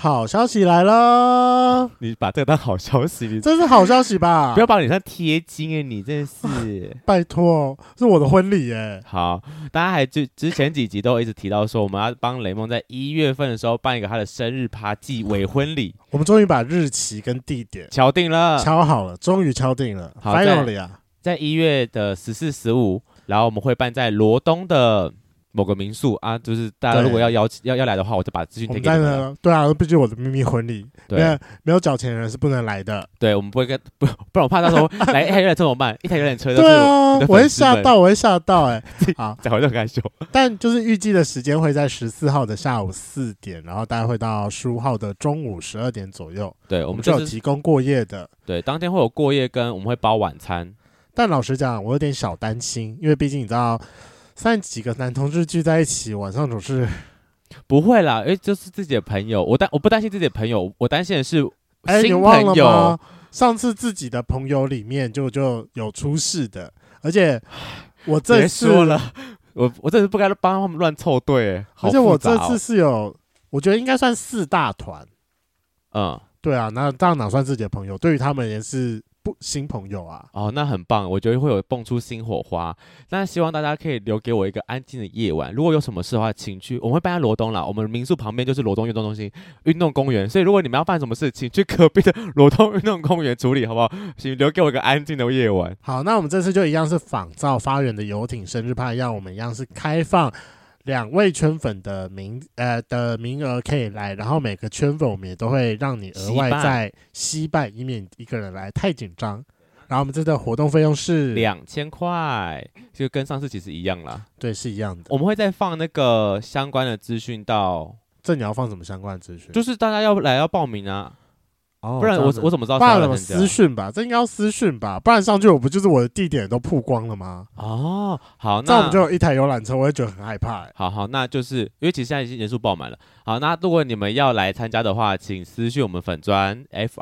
好消息来了！ 你把这个当好消息， 这是好消息吧？ 不要把你像贴金耶，你真的是拜托，是我的婚礼耶。 好，大家还之前几集都一直提到说，我们要帮雷梦在1月份的时候办一个他的生日趴暨伪婚礼。 我们终于把日期跟地点敲定了， 敲好了，终于敲定了。Finally 啊， 在1月的14、15，然后我们会办在罗东的某个民宿啊，就是大家如果要来的话，我就把资讯贴给你们。 对啊，毕竟我的秘密婚礼，没有缴钱的人是不能来的。 对，我们不会不然我怕到时候来一台游览车怎么办？一台游览车都是对啊，我会吓到哎。 好，讲回这个感受。 但就是预计的时间会在14号的下午4点，然后大概会到15号的中午12点左右。 对，我们就有提供过夜的。 对，当天会有过夜，跟我们会包晚餐。 但老实讲，我有点小担心，因为毕竟你知道。3几个男同志聚在一起，晚上总是不会啦，因为就是自己的朋友，我不担心自己的朋友，我担心的是新你忘朋友。 了吗？上次自己的朋友里面就有出事的，而且我这次说了，我这次不该帮他们乱凑对， 而且我这次是我觉得应该算4大团，对啊，那这样哪算自己的朋友？对于他们也是。新朋友啊， 哦，那很棒，我觉得会有蹦出新火花。那希望大家可以留给我一个安静的夜晚。如果有什么事的话，请去，我们会搬在罗东啦。我们民宿旁边就是罗东运动中心运动公园，所以如果你们要办什么事，请去隔壁的罗东运动公园处理，好不好？请留给我一个安静的夜晚。 好，那我们这次就一样是仿照发源的游艇生日派一样，我们一样是开放2位圈粉的名额可以来，然后每个圈粉我们也都会让你额外再惜办，以免一个人来太紧张。然后我们这次的活动费用是 2000块，就跟上次其实一样啦。 对，是一样的。 我们会再放那个相关的资讯到， 这你要放什么相关的资讯？ 就是大家要报名啊。不然我怎么知道？ 不然怎么私讯吧？这应该要私讯吧？不然上去我不就是我的地点都曝光了吗？ 哦，好，那这样我们就有一台游览车，我会觉得很害怕。 好，那就是因为其实现在已经人数爆满了。好，那如果你们要来参加的话，请私讯我们粉专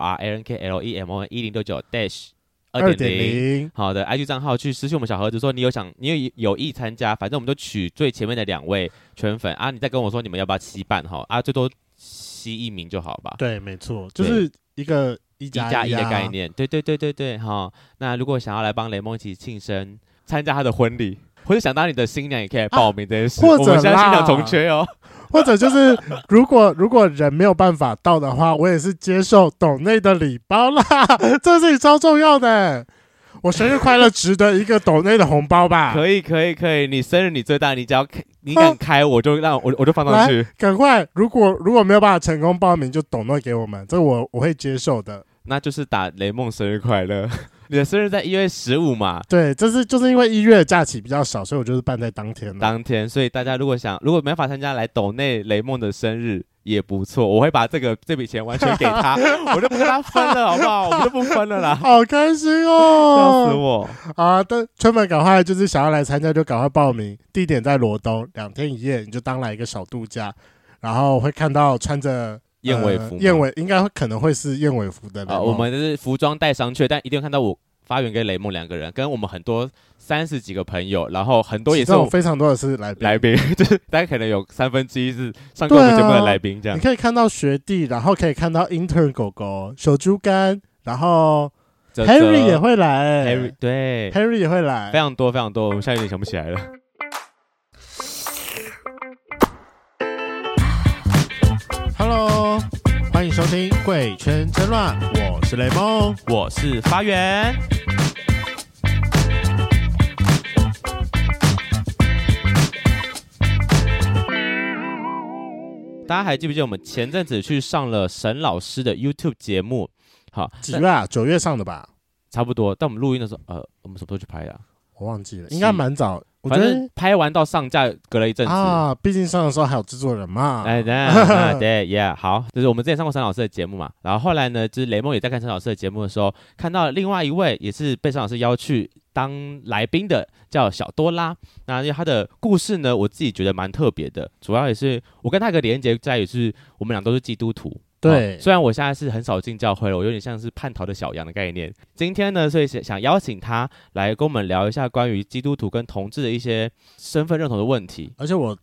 FRANKLEMON10.9-2.0好的 IG 账号去私讯我们小盒子说你有意参加，反正我们就取最前面的2位圈粉啊，你再跟我说你们要不要7办哈啊，最多吸1名就好吧。 对，没错，就是一个1+1 的概念。对，好。那如果想要来帮雷梦一起庆生，参加他的婚礼，或者想当你的新娘，也可以报名这件事。 或者我们现在新娘重缺哦。 或者就是如果人没有办法到的话，我也是接受斗内的礼包啦，这是超重要的。我生日快乐值得一个斗内的红包吧？ 可以，你生日你最大，你只要你敢开，我就放上去。 赶快，如果没有办法成功报名，就斗内给我们，这我会接受的。 那就是打雷梦生日快乐。你的生日在1月15嘛？ 对，就是因为1月的假期比较少，所以我就是办在当天。 所以大家如果没法参加，来斗内雷梦的生日也不错，我会把这笔钱完全给他，我就不跟他分了，好不好？我们就不分了啦。 好开心哦！ 笑死我啊！但圈粉赶快就是想要来参加，就赶快报名。地点在罗东，2天1夜，你就当来一个小度假，然后会看到穿着。 燕尾服， 应该可能会是燕尾服的我们是服装带上去，但一定会看到我发源跟雷梦2个人，跟我们很多30几个朋友，然后很多也是非常多的是来宾， 就是大概可能有1/3是上过我们节目的来宾这样。 你可以看到学弟，然后可以看到 intern 狗狗小猪肝，然后 Harry 也会来，Harry 也会来， 非常多，我们现在有点想不起来了。 Hello， 欢迎收听《贵圈争乱》，我是雷梦， 我是发源。大家还记不记得我们前阵子去上了沈老师的 YouTube 节目？好， 几月啊？9月上的吧？ 差不多。但我们录音的时候，我们什么时候去拍的啊？ 我忘记了，应该蛮早。 反正拍完到上架隔了一阵子啊，毕竟上的时候还有制作人嘛。 对 ，Yeah， 好，就是我们之前上过沈老师的节目嘛，然后后来呢，就是雷梦也在看沈老师的节目的时候，看到另外一位也是被沈老师邀去当来宾的，叫小多拉。那因为他的故事呢，我自己觉得蛮特别的，主要也是我跟他一个连结在于是我们俩都是基督徒。 对， 虽然我现在是很少进教会了，我有点像是叛逃的小羊的概念。今天呢，所以想邀请他来跟我们聊一下关于基督徒跟同志的一些身份认同的问题。 而且我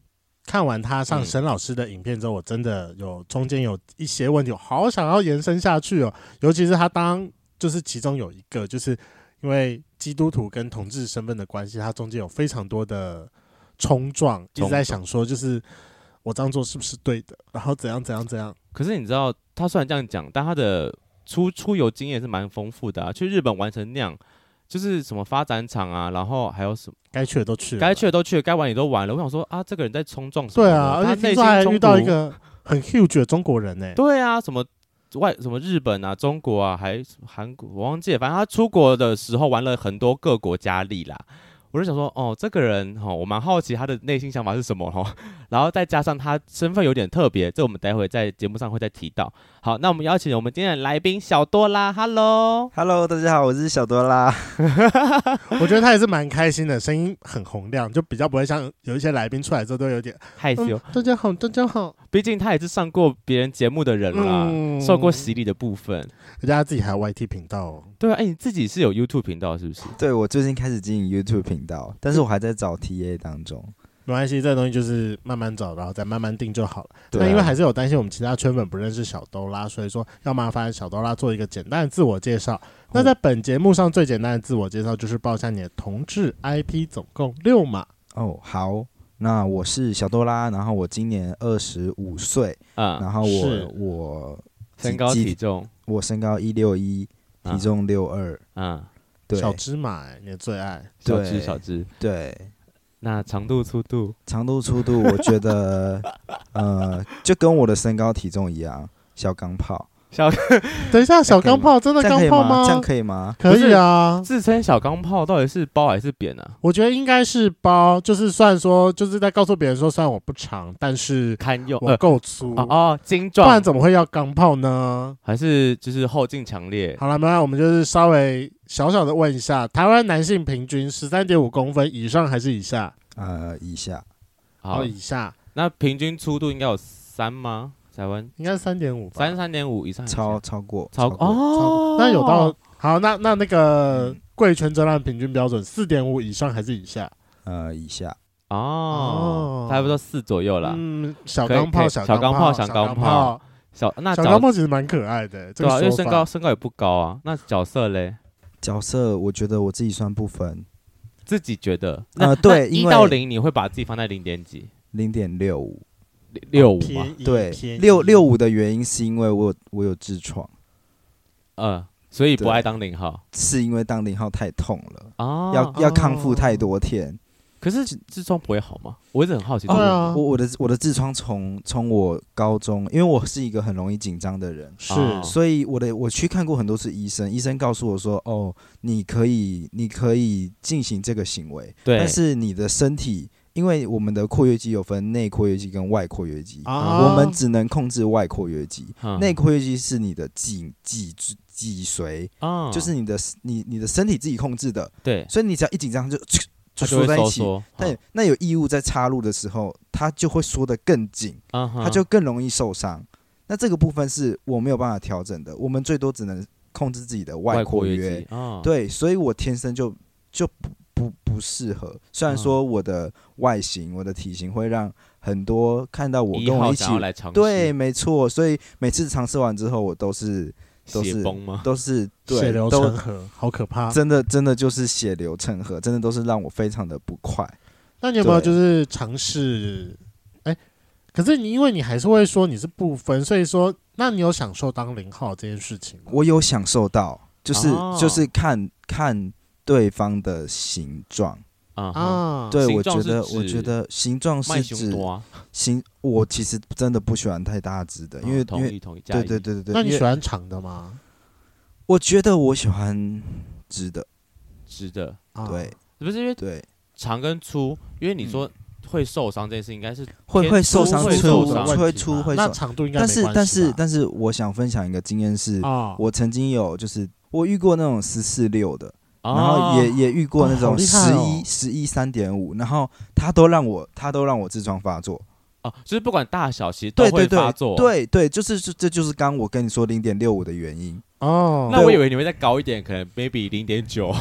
看完他上沈老师的影片之后，我真的中间有一些问题，我好想要延伸下去哦。尤其是他就是其中有一个，就是因为基督徒跟同志身份的关系，他中间有非常多的冲撞，一直在想说，就是我这样做是不是对的，然后怎样怎样怎样。 可是你知道，他虽然这样讲，但他的出游经验是蛮丰富的啊。去日本玩成那样，就是什么发展场啊，然后还有什么该去的都去了， 该玩也都玩了。我想说啊，这个人在冲撞什么？ 对啊，而且听说还遇到一个很 huge 的中国人呢。 对啊，什么日本啊、中国啊，还韩国，我忘记了。反正他出国的时候玩了很多各国佳丽啦。我就想说，哦，这个人我蛮好奇他的内心想法是什么然后再加上他身份有点特别，这我们待会在节目上会再提到。好，那我们邀请我们今天的来宾小多拉 ，Hello， 大家好，我是小多拉。 我觉得他也是蛮开心的，声音很洪亮，就比较不会像有一些来宾出来之后都有点害羞。 大家好，大家好。 毕竟他也是上过别人节目的人啦，受过洗礼的部分。 人家自己还有 YT 频道哦。 对啊，你自己是有 YouTube 频道是不是？ 对，我最近开始经营 YouTube 频道，但是我还在找 TA 当中。 没关系，这个东西就是慢慢找，然后再慢慢定就好了。 对那因为还是有担心我们其他圈粉不认识小兜拉，所以说要麻烦小兜拉做一个简单的自我介绍。那在本节目上最简单的自我介绍就是报一下你的同志 IP， 总共6码。 哦，好，那我是小多拉，然后我今年25岁，然后我身高体重， 我身高161，体重62，对， 小芝麻你的最爱， 小只， 对。 那长度粗度， 我觉得就跟我的身高体重一样，小钢炮。 等一下，小钢炮真的钢炮吗？ 这样可以吗？ 可以啊。 自称小钢炮到底是包还是扁啊？ 我觉得应该是包，就是虽然说就是在告诉别人说，虽然我不长，但是堪用， 我够粗精壮， 不然怎么会要钢炮呢？ 还是就是后劲强烈？ 好了，没关系，我们就是稍微小小的问一下，台湾男性平均13.5公分以上还是以下？ 以下。 好， 以下。 那平均粗度应该有3吗？台湾应该是3.5吧 ，3.5以上， 超过。 那有到好，那个贵圈真烂平均标准4.5以上还是以下？ 以下。 差不多4左右啦。 小钢炮， 小钢炮，小钢炮其实蛮可爱的， 对啊，因为身高也不高啊。那角色嘞？ 角色我觉得我自己算不分， 自己觉得对 ，1到0你会把自己放在0点几 ？0.65。 65嘛， 对，65的原因是因为我有痔疮， 所以不爱当0号， 是因为当0号太痛了，要康复太多天。 可是痔疮不会好吗？我一直很好奇。 我的痔疮从我高中，因为我是一个很容易紧张的人，所以我去看过很多次医生，医生告诉我说，你可以进行这个行为，但是你的身体。因为我们的括约肌有分内括约肌跟外括约肌，我们只能控制外括约肌，内括约肌是你的脊髓，就是你的身体自己控制的， 对， 所以你只要一紧张就缩在一起，但那有异物在插入的时候，它就会缩得更紧，它就更容易受伤。那这个部分是我没有办法调整的，我们最多只能控制自己的外括约，对，所以我天生就不适合。虽然说我的外形、我的体型会让很多看到我跟我一起，对，没错。所以每次尝试完之后，我都是血崩吗？ 都是对， 血流成河，好可怕！ 真的就是血流成河，真的都是让我非常的不快。 那你有没有就是尝试？可是因为你还是会说你是不分，所以说，那你有享受当0号这件事情吗？ 我有享受到，就是看对方的形状对，我觉得形状是指我其实真的不喜欢太大只的，因为同意对。 那你喜欢长的吗？ 我觉得我喜欢直的，对， 不是因为对长跟粗，因为你说会受伤这件事，应该是会受伤，会粗会那长度应该没关系吧？ 但是我想分享一个经验是，我曾经有就是我遇过那种14.6的。然后也遇过那种11 3.5，然后他都让我痔疮发作， 哦，就是不管大小，其实都会发作。 对，这就是刚我跟你说0.65的原因。 哦，那我以为你会再高一点，可能 maybe 0.9。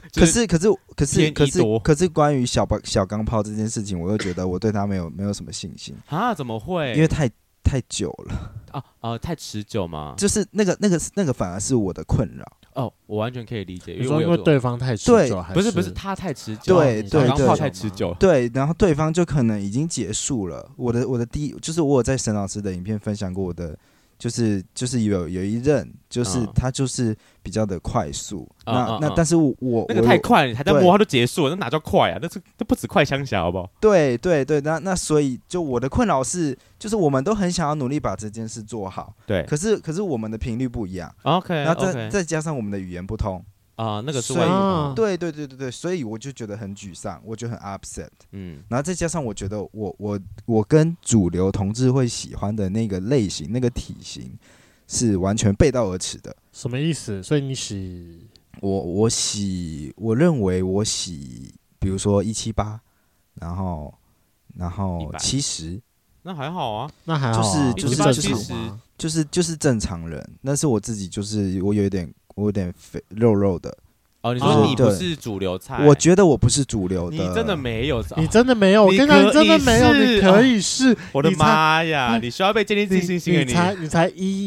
可是关于小钢炮这件事情，我又觉得我对他没有什么信心啊？怎么会？ 因为太久了太持久吗？ 就是那个反而是我的困扰。 哦，我完全可以理解， 因为对方太持久， 不是他太持久， 对， 小钢炮太持久， 对，然后对方就可能已经结束了。我的第一就是我有在沈老师的影片分享过我的。就是有一任，就是他就是比较的快速，但是我那个太快了，你还在摸他就结束了，那哪叫快啊？那不止快枪侠好不好？ 对，那所以就我的困扰是，就是我们都很想要努力把这件事做好， 对， 可是我们的频率不一样 ，OK， 然后再加上我们的语言不通。 那个是外语， 对，所以我就觉得很沮丧，我就很 upset，然后再加上我觉得我跟主流同志会喜欢的那个类型、那个体型是完全背道而驰的。 什么意思？所以你喜我认为我喜，比如说178，然后70， 那还好啊， 那还好啊， 就是正常吗？ 就是正常人，但是我自己就是我有点肥肉的。 哦，你说你不是主流菜？ 我觉得我不是主流的。 你真的没有？ 你真的没有？我跟你讲，你真的没有，你可以是。 我的妈呀！你需要被建立自信心的你才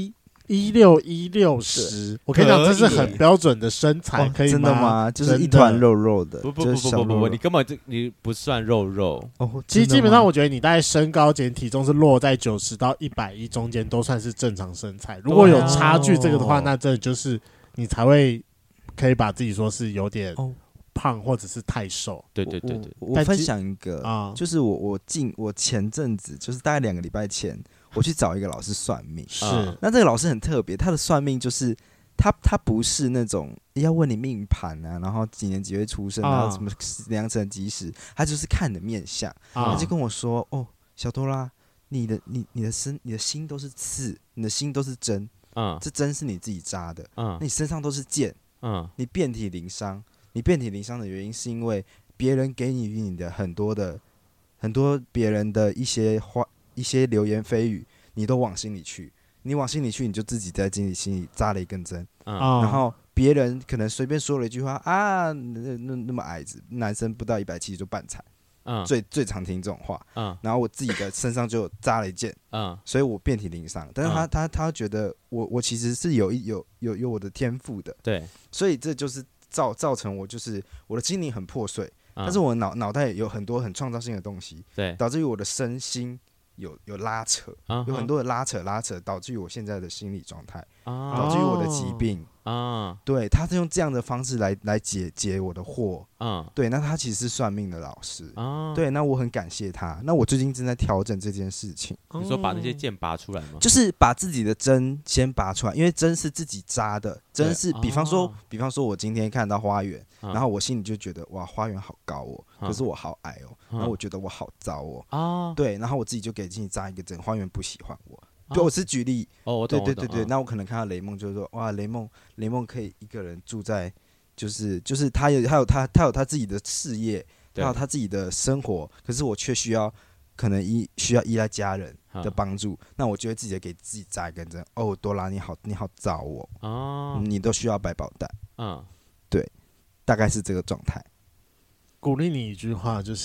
160，我跟你讲，这是很标准的身材，可以吗？ 真的吗？就是一团肉的。 不，你根本你不算肉。 哦， 其实基本上，我觉得你大概身高减体重是落在90到110中间，都算是正常身材。如果有差距这个的话，那真的就是你才会可以把自己说是有点胖或者是太瘦。 对。 我分享一个就是我前阵子就是大概2个礼拜前。我去找一个老师算命，那这个老师很特别，他的算命就是他不是那种要问你命盘啊，然后几年几月出生啊，什么良辰吉时，他就是看你的面相，他就跟我说：“哦，小多拉，你的心都是刺，你的心都是针，这针是你自己扎的，那你身上都是剑，你遍体鳞伤，你遍体鳞伤的原因是因为别人给你的很多别人的一些流言蜚语，你都往心里去，你就自己在心里扎了一根针，然后别人可能随便说了一句话啊，那么矮子，男生不到170就半残，最常听这种话，然后我自己的身上就扎了一剑，所以我遍体鳞伤，但是他觉得我其实是有我的天赋的， 对， 所以这就是造成我就是我的心灵很破碎，但是我脑袋有很多很创造性的东西， 对， 导致于我的身心。有拉扯，有很多的拉扯，导致于我现在的心理状态，导致于我的疾病。对，他是用这样的方式来解我的惑。对，那他其实是算命的老师。对，那我很感谢他。那我最近正在调整这件事情。 你说把那些剑拔出来吗？ 就是把自己的针先拔出来，因为针是自己扎的，针是比方说我今天看到花园，然后我心里就觉得哇，花园好高哦，可是我好矮哦，然后我觉得我好糟哦。对，然后我自己就给自己扎一个针，花园不喜欢我。对，我是举例。 我懂。 对，那我可能看到雷梦，就是说，哇，雷梦可以一个人住在，就是他有他自己的事业，他有他自己的生活，可是我却需要依赖家人的帮助，那我就会自己给自己扎一根针。哦，多拉，你好糟哦，你都需要百宝袋。对，大概是这个状态。 鼓励你一句话就是，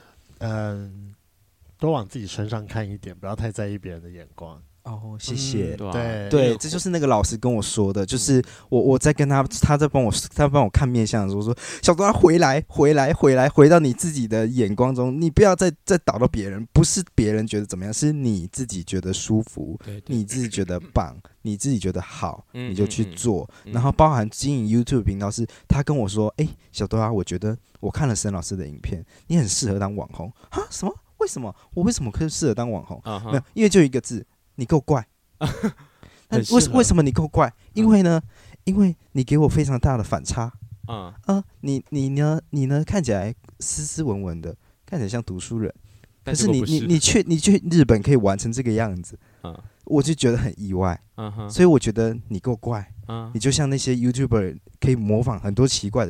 多往自己身上看一点，不要太在意别人的眼光。 哦，谢谢。 对， 这就是那个老师跟我说的，就是我在跟他在帮我看面相的时候说，小多回到你自己的眼光中，你不要再导到别人，不是别人觉得怎么样，是你自己觉得舒服，你自己觉得棒，你自己觉得好，你就去做。然后包含经营 YouTube 频道，是他跟我说，小多我觉得我看了沈老师的影片，你很适合当网红啊？什么？为什么？我为什么可以适合当网红？没有，因为就一个字。你够怪，那为什么你够怪？因为你给我非常大的反差。你呢？看起来斯斯文文的，看起来像读书人，可是你去日本可以玩成这个样子，我就觉得很意外。所以我觉得你够怪，你就像那些 YouTuber 可以模仿很多奇怪的人，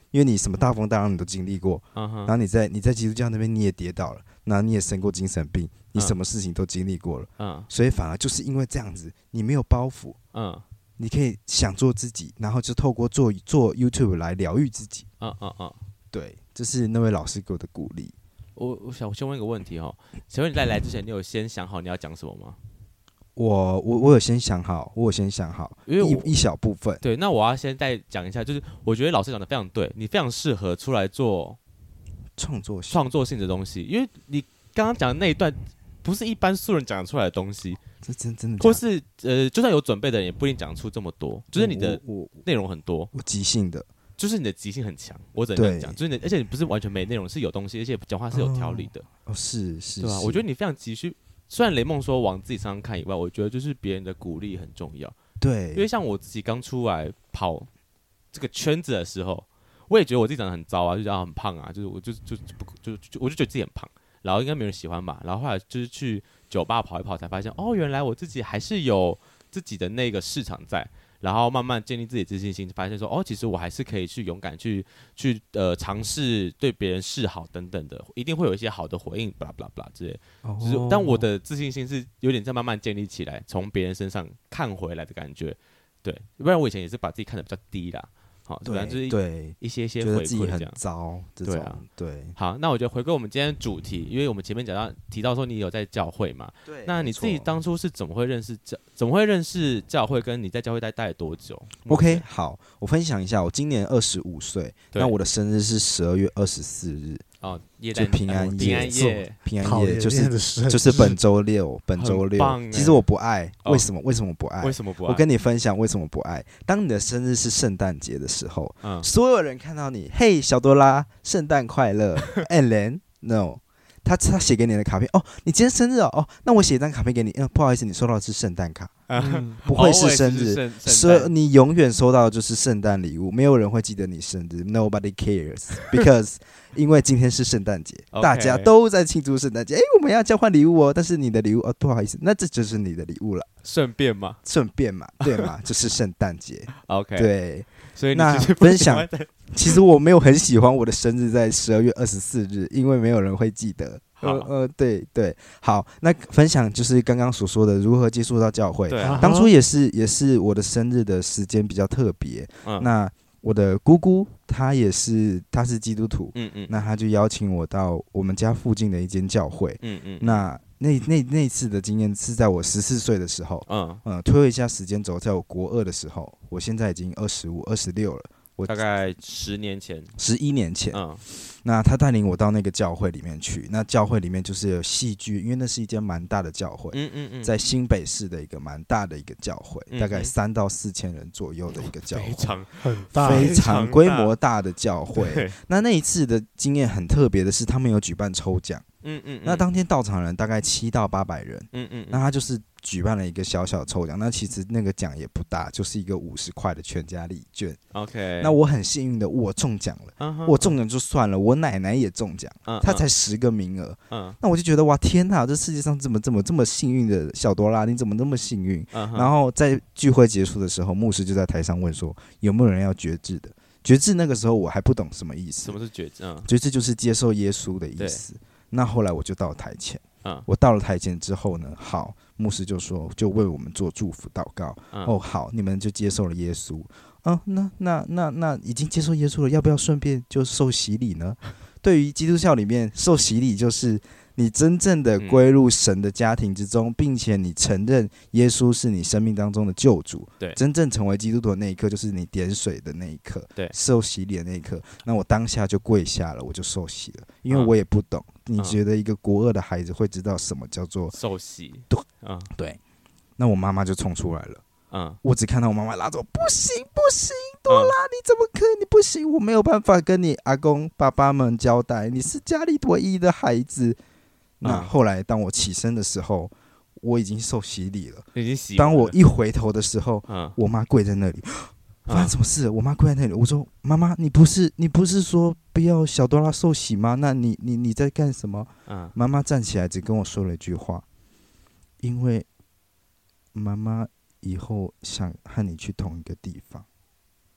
因为你什么大风大浪你都经历过，然后你在基督教那边你也跌倒了，然后你也生过精神病，你什么事情都经历过了，所以反而就是因为这样子，你没有包袱，你可以想做自己，然后就透过做 YouTube 来疗愈自己，对，这是那位老师给我的鼓励。 我想先问一个问题哦，请问你在来之前，你有先想好你要讲什么吗？ 我有先想好，因为一小部分。 对，那我要先再讲一下，就是我觉得老师讲的非常对，你非常适合出来做创作性的东西，因为你刚刚讲的那一段不是一般素人讲得出来的东西， 这真的或是就算有准备的人也不一定讲出这么多，就是你的内容很多， 我即兴的。 就是你的即兴很强，我只能这样讲，就是而且你不是完全没内容，是有东西，而且讲话是有条理的。 是， 对吧？我觉得你非常急需。虽然雷梦说往自己身上看以外，我觉得就是别人的鼓励很重要。 对， 因为像我自己刚出来跑这个圈子的时候，我也觉得我自己长得很糟啊，就觉得很胖啊，就是我就觉得自己很胖，然后应该没人喜欢吧。然后后来就是去酒吧跑一跑，才发现哦，原来我自己还是有自己的那个市场在。然后慢慢建立自己的自信心，发现说哦，其实我还是可以去勇敢去尝试对别人示好等等的，一定会有一些好的回应，巴拉巴拉巴拉之类。就是，但我的自信心是有点在慢慢建立起来，从别人身上看回来的感觉。对，不然我以前也是把自己看得比较低啦。好，对，就是一些回馈这样， 觉得自己很糟，对啊，对。 好，那我觉得回归我们今天的主题，因为我们前面提到说你有在教会嘛， 对， 那你自己当初是怎么会认识教会，跟你在教会待了多久 ？OK， 好，我分享一下，我今年25岁，那我的生日是12月24日。 哦， 就平安夜就是本周六。其实我不爱，为什么不爱？我跟你分享为什么不爱。当你的生日是圣诞节的时候，所有人看到你，嘿，小多拉，圣诞快乐 ，and then no。他写给你的卡片哦，你今天生日哦，那我写一张卡片给你，不好意思，你收到的是圣诞卡，不会是生日，你永远收到的就是圣诞礼物，没有人会记得你生日 ，Nobody cares because 因为今天是圣诞节，大家都在庆祝圣诞节，我们要交换礼物哦，但是你的礼物不好意思，那这就是你的礼物了， 顺便嘛， 对嘛，就是圣诞节 ，OK， 对， 所以你那分享。其实我没有很喜欢我的生日在12月24日，因为没有人会记得。对，好，那分享就是刚刚所说的如何接触到教会。当初也是我的生日的时间比较特别。那我的姑姑她是基督徒，那她就邀请我到我们家附近的一间教会。那次的经验是在我14岁的时候。推了一下时间轴，在我国2的时候，我现在已经25、26了。 我大概11年前，那他带领我到那个教会里面去。那教会里面就是有戏剧，因为那是一间蛮大的教会，在新北市的一个蛮大的一个教会，大概3到4千人左右的一个教会，非常规模大的教会。那一次的经验很特别的是，他们有举办抽奖。那当天到场人大概7到800人。那他就是举办了一个小小的抽奖，那其实那个奖也不大，就是一个50块的全家礼券。 OK， 那我很幸运的，我中奖了。我中奖就算了，我奶奶也中奖，她才10个名额。那我就觉得哇，天哪，这世界上怎么这么幸运的小多拉，你怎么那么幸运？然后在聚会结束的时候，牧师就在台上问说，有没有人要决志的？决志那个时候我还不懂什么意思。 什么是决志？ 决志就是接受耶稣的意思。那后来我就到了台前。我到了台前之后呢，好，牧师就为我们做祝福祷告。好，你们就接受了耶稣。那已经接受耶稣了，要不要顺便就受洗礼呢？对于基督教里面，受洗礼就是你真正的归入神的家庭之中，并且你承认耶稣是你生命当中的救主。 对， 真正成为基督徒的那一刻，就是你点水的那一刻，对，受洗礼的那一刻。那我当下就跪下了，我就受洗了，因为我也不懂。你觉得一个国2的孩子会知道什么叫做受洗？ 对。那我妈妈就冲出来了。我只看到我妈妈拉着我，不行，多拉，你怎么可以？你不行，我没有办法跟你阿公爸爸们交代，你是家里唯一的孩子。那后来当我起身的时候，我已经受洗礼了。 已经洗了。 当我一回头的时候，我妈跪在那里。发生什么事？我妈跪在那里。我说：“妈妈，你不是说不要小多拉受洗吗？那你在干什么？”妈妈站起来，只跟我说了一句话：“因为妈妈以后想和你去同一个地方。”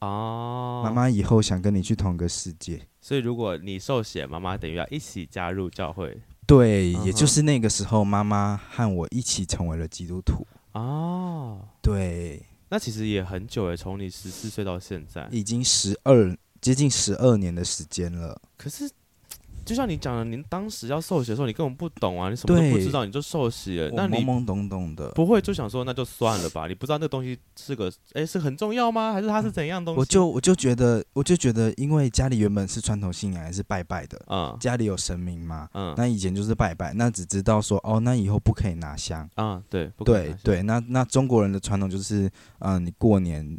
哦， 妈妈以后想跟你去同个世界。 所以如果你受洗，妈妈等于要一起加入教会。 对，也就是那个时候，妈妈和我一起成为了基督徒。 哦， 对， 那其实也很久诶，从你14岁到现在， 已经接近12年的时间了。 可是，就像你讲的，您当时要受洗的时候，你根本不懂啊，你什么都不知道，你就受洗了。那你懵懵懂懂的， 不会就想说那就算了吧？你不知道那个东西是很重要吗？还是它是怎样东西？ 我就觉得，因为家里原本是传统信仰，还是拜拜的，家里有神明嘛，那以前就是拜拜，那只知道说那以后不可以拿香对，不可以拿香对，那中国人的传统就是你过年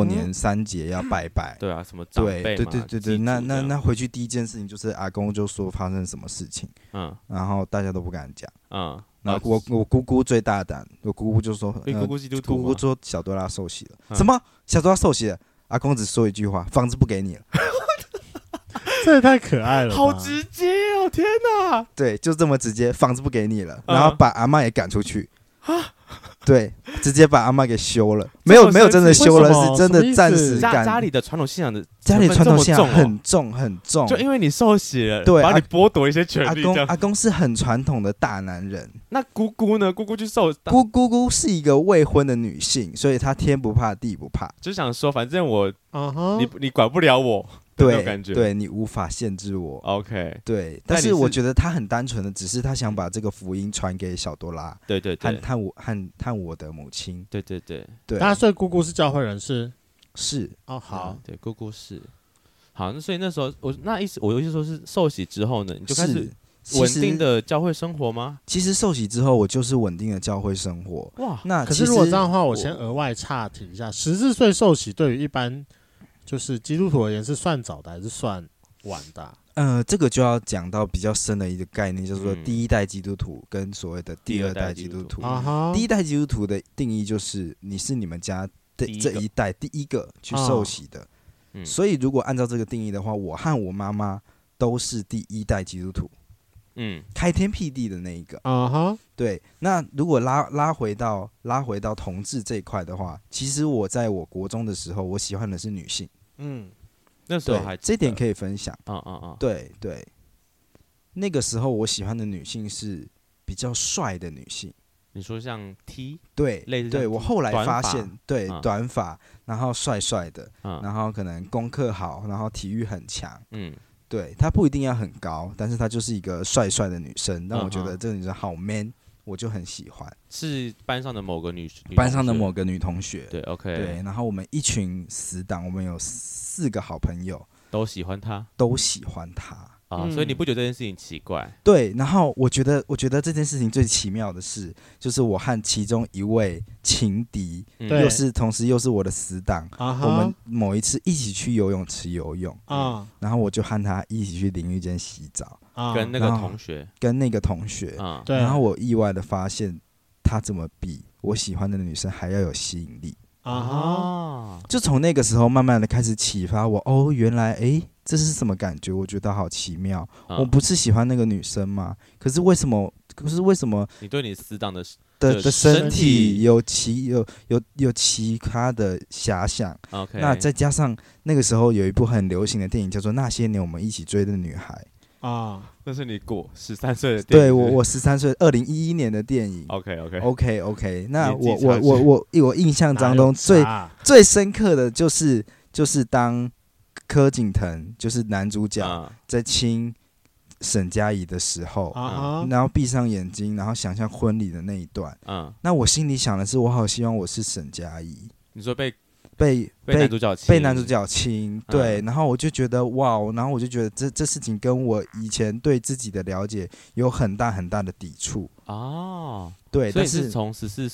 3节要拜拜， 对啊，什么长辈嘛， 对，那回去第一件事情就是阿公就说发生什么事情，然后大家都不敢讲，然后我姑姑最大胆，我姑姑就说， 姑姑基督徒， 姑姑说小多拉受洗了，什么小多拉受洗了？阿公只说一句话，房子不给你了。 这也太可爱了吧， 好直接哦！天哪， 对，就这么直接，房子不给你了，然后把阿嬷也赶出去。对，直接把阿嬷给休了，没有真的休了，是真的暂时家里的传统信仰的家里传统信仰很重， 就因为你受洗了， 对， 把你剥夺一些权利。 阿公是很传统的大男人， 那姑姑呢？姑姑去受姑姑是一个未婚的女性，所以她天不怕地不怕， 就想说反正我你管不了我。 对，你无法限制我。 OK， 对，但是我觉得他很单纯的，只是他想把这个福音传给小多拉， 对， 和我的母亲， 对。 那所以姑姑是教会人士， 是好， 对，姑姑是好。那所以那时候我意思说是受洗之后呢，你就开始稳定的教会生活吗？ 其实受洗之后，我就是稳定的教会生活。 哇， 那可是如果这样的话，我先额外岔题一下，14岁受洗对于一般就是基督徒而言是算早的还是算晚的？ 这个就要讲到比较深的一个概念，就是说第一代基督徒跟所谓的第二代基督徒。第一代基督徒的定义就是你是你们家的这一代第一个去受洗的，所以如果按照这个定义的话，我和我妈妈都是第一代基督徒，开天辟地的那一个。对。那如果拉回到同志这一块的话，其实我在我国中的时候，我喜欢的是女性。 那时候还这点可以分享。对，那个时候我喜欢的女性是比较帅的女性。 你说像 T， 对， 类似对，我后来发现，对，短发，然后帅帅的，然后可能功课好，然后体育很强。对，她不一定要很高，但是她就是一个帅帅的女生，让我觉得这个女生好 man， 我就很喜欢。 是班上的某个女同学。 对 ，OK。 对，然后我们一群死党，我们有4个好朋友， 都喜欢她。 所以你不觉得这件事情奇怪？ 对，然后我觉得这件事情最奇妙的是，就是我和其中一位情敌，同时又是我的死党，我们某一次一起去游泳池游泳，然后我就和他一起去淋浴间洗澡， 跟那个同学，然后我意外的发现他怎么比我喜欢的女生还要有吸引力。就从那个时候慢慢的开始启发我，原来这是什么感觉？我觉得好奇妙。我不是喜欢那个女生吗？可是为什么你对你死党的身体有其他的遐想？那再加上那个时候有一部很流行的电影叫做《那些年我们一起追的女孩》 那是你13岁的电影。 对，我13岁，2011年的电影。OK。那我印象当中最深刻的就是当柯景腾就是男主角在亲沈佳宜的时候，然后闭上眼睛，然后想象婚礼的那一段。那我心里想的是，我好希望我是沈佳宜。 你说被男主角亲，对，然后我就觉得哇，然后我就觉得这事情跟我以前对自己的了解有很大很大的抵触。对， 所以是从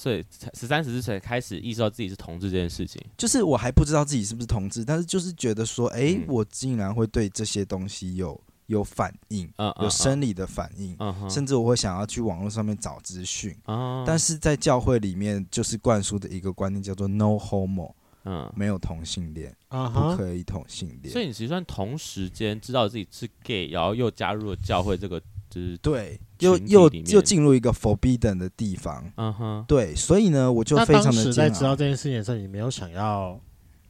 13、14岁开始意识到自己是同志这件事情。 就是我还不知道自己是不是同志，但是就是觉得说，我竟然会对这些东西有反应，有生理的反应，甚至我会想要去网络上面找资讯。但是在教会里面就是灌输的一个观念叫做 no homo。没有同性恋，不可以同性恋。 所以你其实算同时间知道自己是 gay， 然后又加入了教会这个，就是对，又进入一个 forbidden 的地方。对，所以呢，我就非常的。 那当时在知道这件事情的时候，你没有想要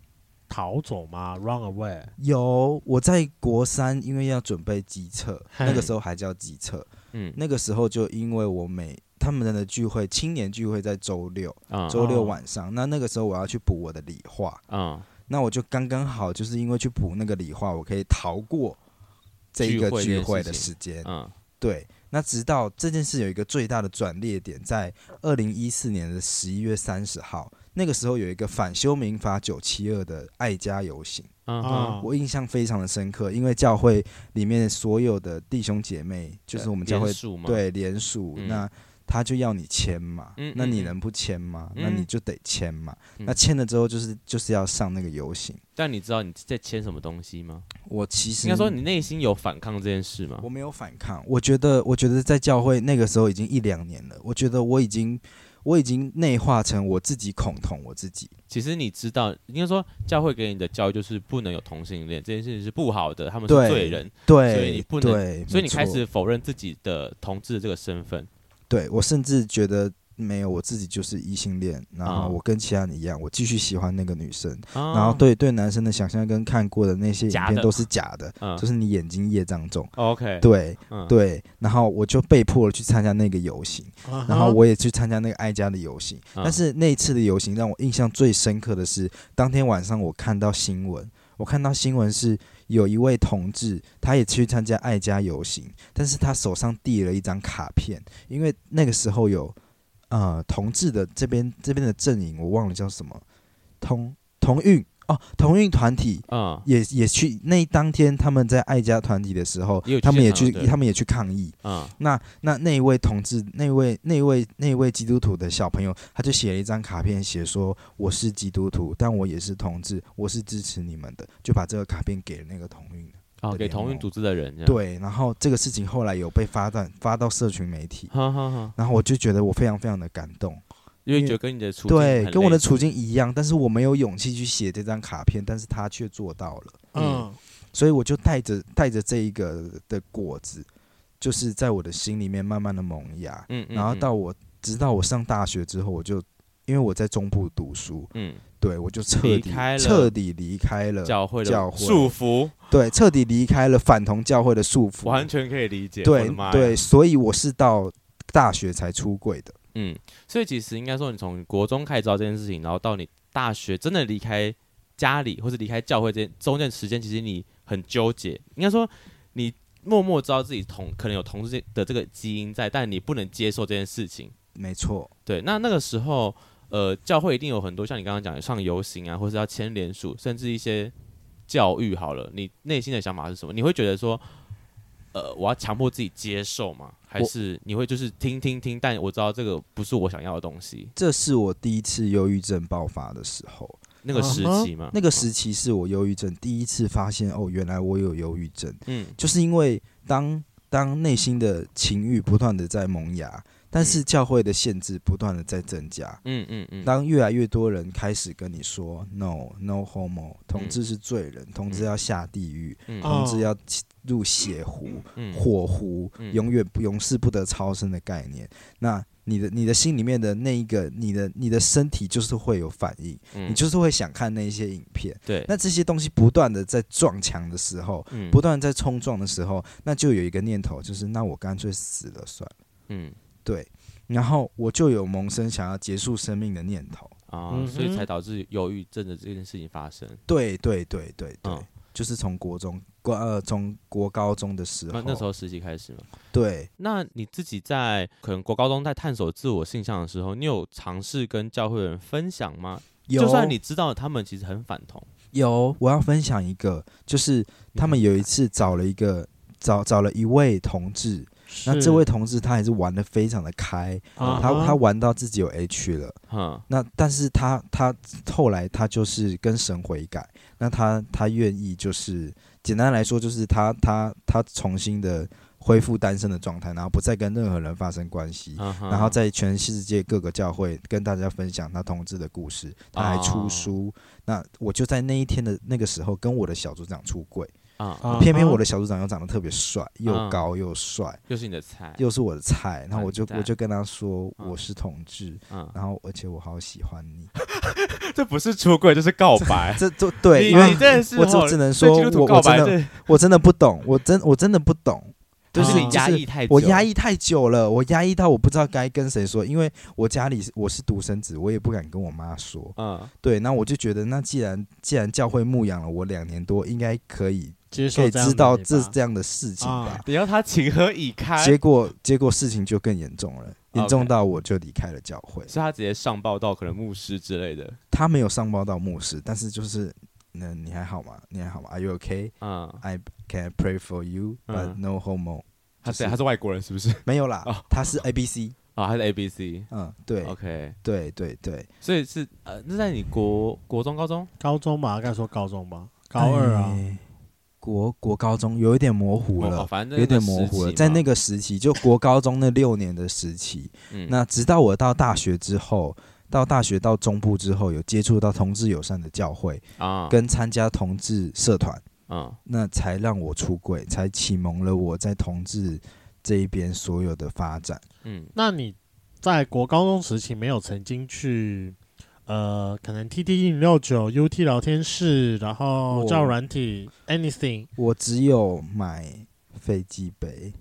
逃走吗 ？Run away？ 有，我在国3，因为要准备基测，那个时候还叫基测。那个时候就因为他们的聚会，青年聚会在周六晚上，那个时候我要去补我的理化，那我就刚刚好，就是因为去补那个理化，我可以逃过这一个聚会的时间。对，那直到这件事有一个最大的转捩点，在2014年的11月30号，那个时候有一个反修民法972的爱家游行。我印象非常的深刻，因为教会里面所有的弟兄姐妹，就是我们教会对联署，那他就要你签嘛，那你能不签吗？那你就得签嘛。那签了之后就是要上那个游行。 但你知道你在签什么东西吗？ 我其实应该说你内心有反抗这件事吗？ 我没有反抗，我觉得在教会那个时候已经1-2年了，我觉得我已经内化成我自己恐同我自己。 其实你知道，应该说教会给你的教育就是不能有同性恋，这件事情是不好的，他们是罪人， 对， 所以你不能，所以你开始始否认自己的同志的这个身份。 对，我甚至觉得没有，我自己就是异性恋，然后我跟其他人一样，我继续喜欢那个女生，然后对男生的想象跟看过的那些影片都是假的，就是你眼睛业障重。 OK， 对，对，然后我就被迫了去参加那个游行，然后我也去参加那个爱家的游行，但是那一次的游行让我印象最深刻的是，当天晚上我看到新闻是有一位同志，他也去参加爱家游行，但是他手上递了一张卡片，因为那个时候有同志的这边的阵营，我忘了叫什么，同运团体，也去那当天他们在爱家团体的时候，他们也去抗议，那一位同志，那一位基督徒的小朋友，他就写了一张卡片，写说我是基督徒，但我也是同志，我是支持你们的，就把这个卡片给了那个同运的。 给同运组织的人。 对，然后这个事情后来有被发到社群媒体，然后我就觉得我非常非常的感动。 因为觉得跟你的处境对，跟我的处境一样，但是我没有勇气去写这张卡片，但是他却做到了。所以我就带着这一个的果子，就是在我的心里面慢慢的萌芽。然后直到我上大学之后，我就因为我在中部读书，对，我就彻底离开了教会束缚， 对，彻底离开了反同教会的束缚， 完全可以理解。 对，所以我是到大学才出柜的。 所以其实应该说，你从国中开始知道这件事情，然后到你大学真的离开家里或者离开教会这中间时间，其实你很纠结。应该说，你默默知道自己可能有同志的这个基因在，但你不能接受这件事情。 没错。 对，那个时候，教会一定有很多像你刚刚讲的上游行啊，或是要签联署，甚至一些教育。好了，你内心的想法是什么？你会觉得说，我要强迫自己接受吗？还是你会就是听，但我知道这个不是我想要的东西。 这是我第一次忧郁症爆发的时候， 那个时期吗？ 那个时期是我忧郁症第一次发现，原来我有忧郁症。就是因为当内心的情欲不断的在萌芽，但是教会的限制不断的在增加。当越来越多人开始跟你说 no homo， 同志是罪人，同志要下地狱，同志要入血湖、火湖，永世不得超生的概念，那你的心里面的那一个，你的身体就是会有反应，你就是会想看那些影片。 对， 那这些东西不断的在撞墙的时候，不断的在冲撞的时候，那就有一个念头，就是那我干脆死了算了。对，然后我就有萌生想要结束生命的念头所以才导致忧郁症的这件事情发生。 对，就是从国高中的时候， 那时候时期开始吗？ 对。 那你自己在可能国高中在探索自我性向的时候，你有尝试跟教会的人分享吗？就算你知道他们其实很反同。 有，我要分享一个，就是他们有一次找了一位同志，那这位同志他还是玩得非常的开，他玩到自己有 H 了，那但是他后来他就是跟神悔改，那他愿意就是简单来说就是他重新的恢复单身的状态，然后不再跟任何人发生关系，然后在全世界各个教会跟大家分享他同志的故事，他还出书，那我就在那一天的那个时候跟我的小组长出柜。 偏偏我的小组长又长得特别帅，又高又帅， 又是你的菜， 又是我的菜，然后我就跟他说我是同志，然后而且我好喜欢你。 这不是出柜，这是告白。 这对，因为我只能说我真的不懂，我真的不懂。 就是你压抑太久， 我压抑太久了，我压抑到我不知道该跟谁说，因为我家里我是独生子，我也不敢跟我妈说。对，那我就觉得，那既然教会牧养了我2年多，应该可以知道这样的事情吧。 你要他情何以堪？ 结果事情就更严重了，严重到我就离开了教会。 所以他直接上报到可能牧师之类的。 他没有上报到牧师，但是就是。你还好吗？ Are you okay? I can pray for you, but no homo. 他是外国人是不是？ 没有啦，他是 ABC。 他是 ABC。 对。 OK。 对。 所以是那在你国中、 高中吧，该说高中吧，高2啊。 国高中有一点模糊了， 反正有点模糊了，在那个时期，就国高中那6年的时期。那直到我到大学之后。到大学到中部之后，有接触到同志友善的教会跟参加同志社团那才让我出柜，才启蒙了我在同志这一边所有的发展。 那你在国高中时期没有曾经去可能 TT1069 UT 聊天室，然后交友软体 anything？ 我只有买飞机杯。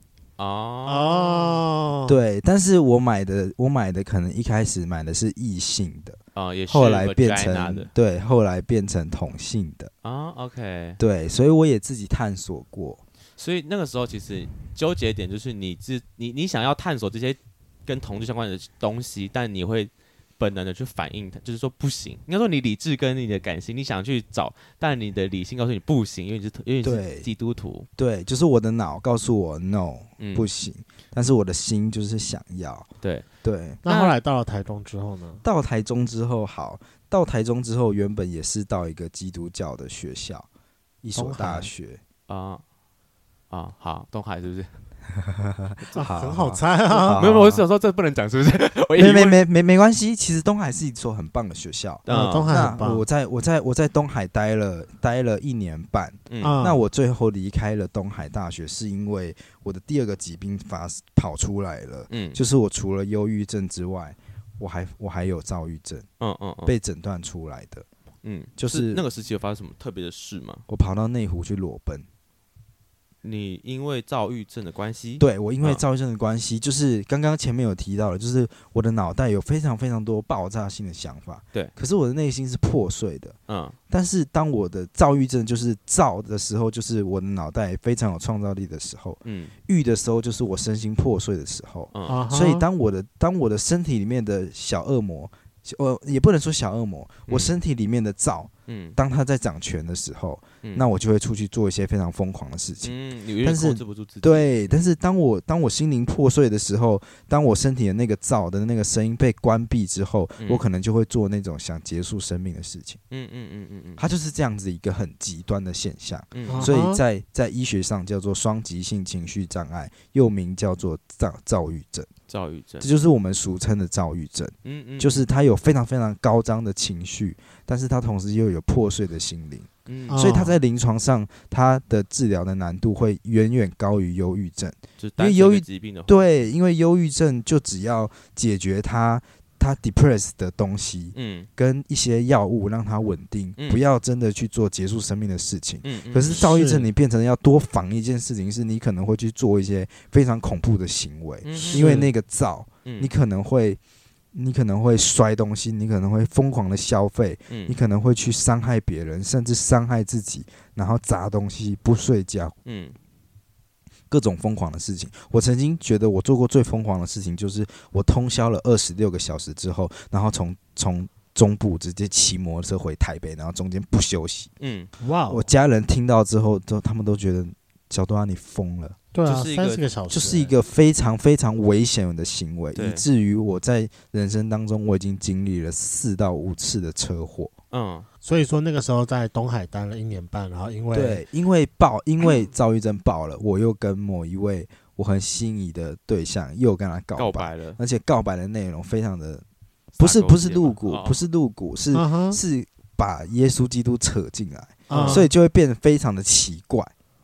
对，但是我买的可能一开始买的是异性的也是后来变成后来变成同性的 OK， 对，所以我也自己探索过。 所以那个时候其实纠结点就是你想要探索这些跟同志相关的东西，但你会本能的去反应，就是说不行。应该说你理智跟你的感性，你想去找，但你的理性告诉你不行，因为你是基督徒。 对，就是我的脑告诉我 no，不行，但是我的心就是想要。 对。 那后来到了台中之后呢？ 到台中之后，原本也是到一个基督教的学校，一所大学好，东海是不是？ 很好猜啊！ 没有，我是想说这不能讲，是不是？ 没关系。其实东海是一所很棒的学校， 东海很棒。 我在东海待了1年半。那我最后离开了东海大学，是因为我的第2个疾病跑出来了。就是我除了忧郁症之外，我还有躁郁症。被诊断出来的。就是那个时期有发生什么特别的事吗？ 我跑到内湖去裸奔。 你因为躁郁症的关系？ 对，我因为躁郁症的关系，就是刚刚前面有提到的，就是我的脑袋有非常非常多爆炸性的想法。 对， 可是我的内心是破碎的。但是当我的躁郁症就是躁的时候，就是我的脑袋非常有创造力的时候。郁的时候就是我身心破碎的时候。所以当我的身体里面的小恶魔，也不能说小恶魔，我身体里面的躁。当他在掌权的时候，那我就会出去做一些非常疯狂的事情。 你有点控制不住自己。 对，但是当我心灵破碎的时候，当我身体的那个躁的那个声音被关闭之后，我可能就会做那种想结束生命的事情。它就是这样子一个很极端的现象。所以在医学上叫做双极性情绪障碍，又名叫做躁郁症。这就是我们俗称的躁郁症。就是他有非常非常高涨的情绪，但是他同时又有破碎的心灵。所以他在临床上，他的治疗的难度会远远高于忧郁症。 因为忧郁疾病的话， 对，因为忧郁症就只要解决他 depress 的东西，跟一些药物让他稳定，不要真的去做结束生命的事情。可是躁郁症你变成要多防一件事情，是你可能会去做一些非常恐怖的行为，因为那个躁，你可能会摔东西，你可能会疯狂的消费，你可能会去伤害别人，甚至伤害自己，然后砸东西，不睡觉，各种疯狂的事情。我曾经觉得我做过最疯狂的事情，就是我通宵了26个小时之后，然后从中部直接骑摩托车回台北，然后中间不休息。我家人听到之后，他们都觉得小多拉你疯了。 对啊，30个小时， 就是一个非常非常危险的行为，以至于我在人生当中我已经经历了4到5次的车祸。 所以说那个时候在东海待了1年半，然后因为躁郁症爆了，我又跟某一位我很心仪的对象又跟他告白了， 而且告白的内容非常的不是露骨，是把耶稣基督扯进来，所以就会变得非常的奇怪。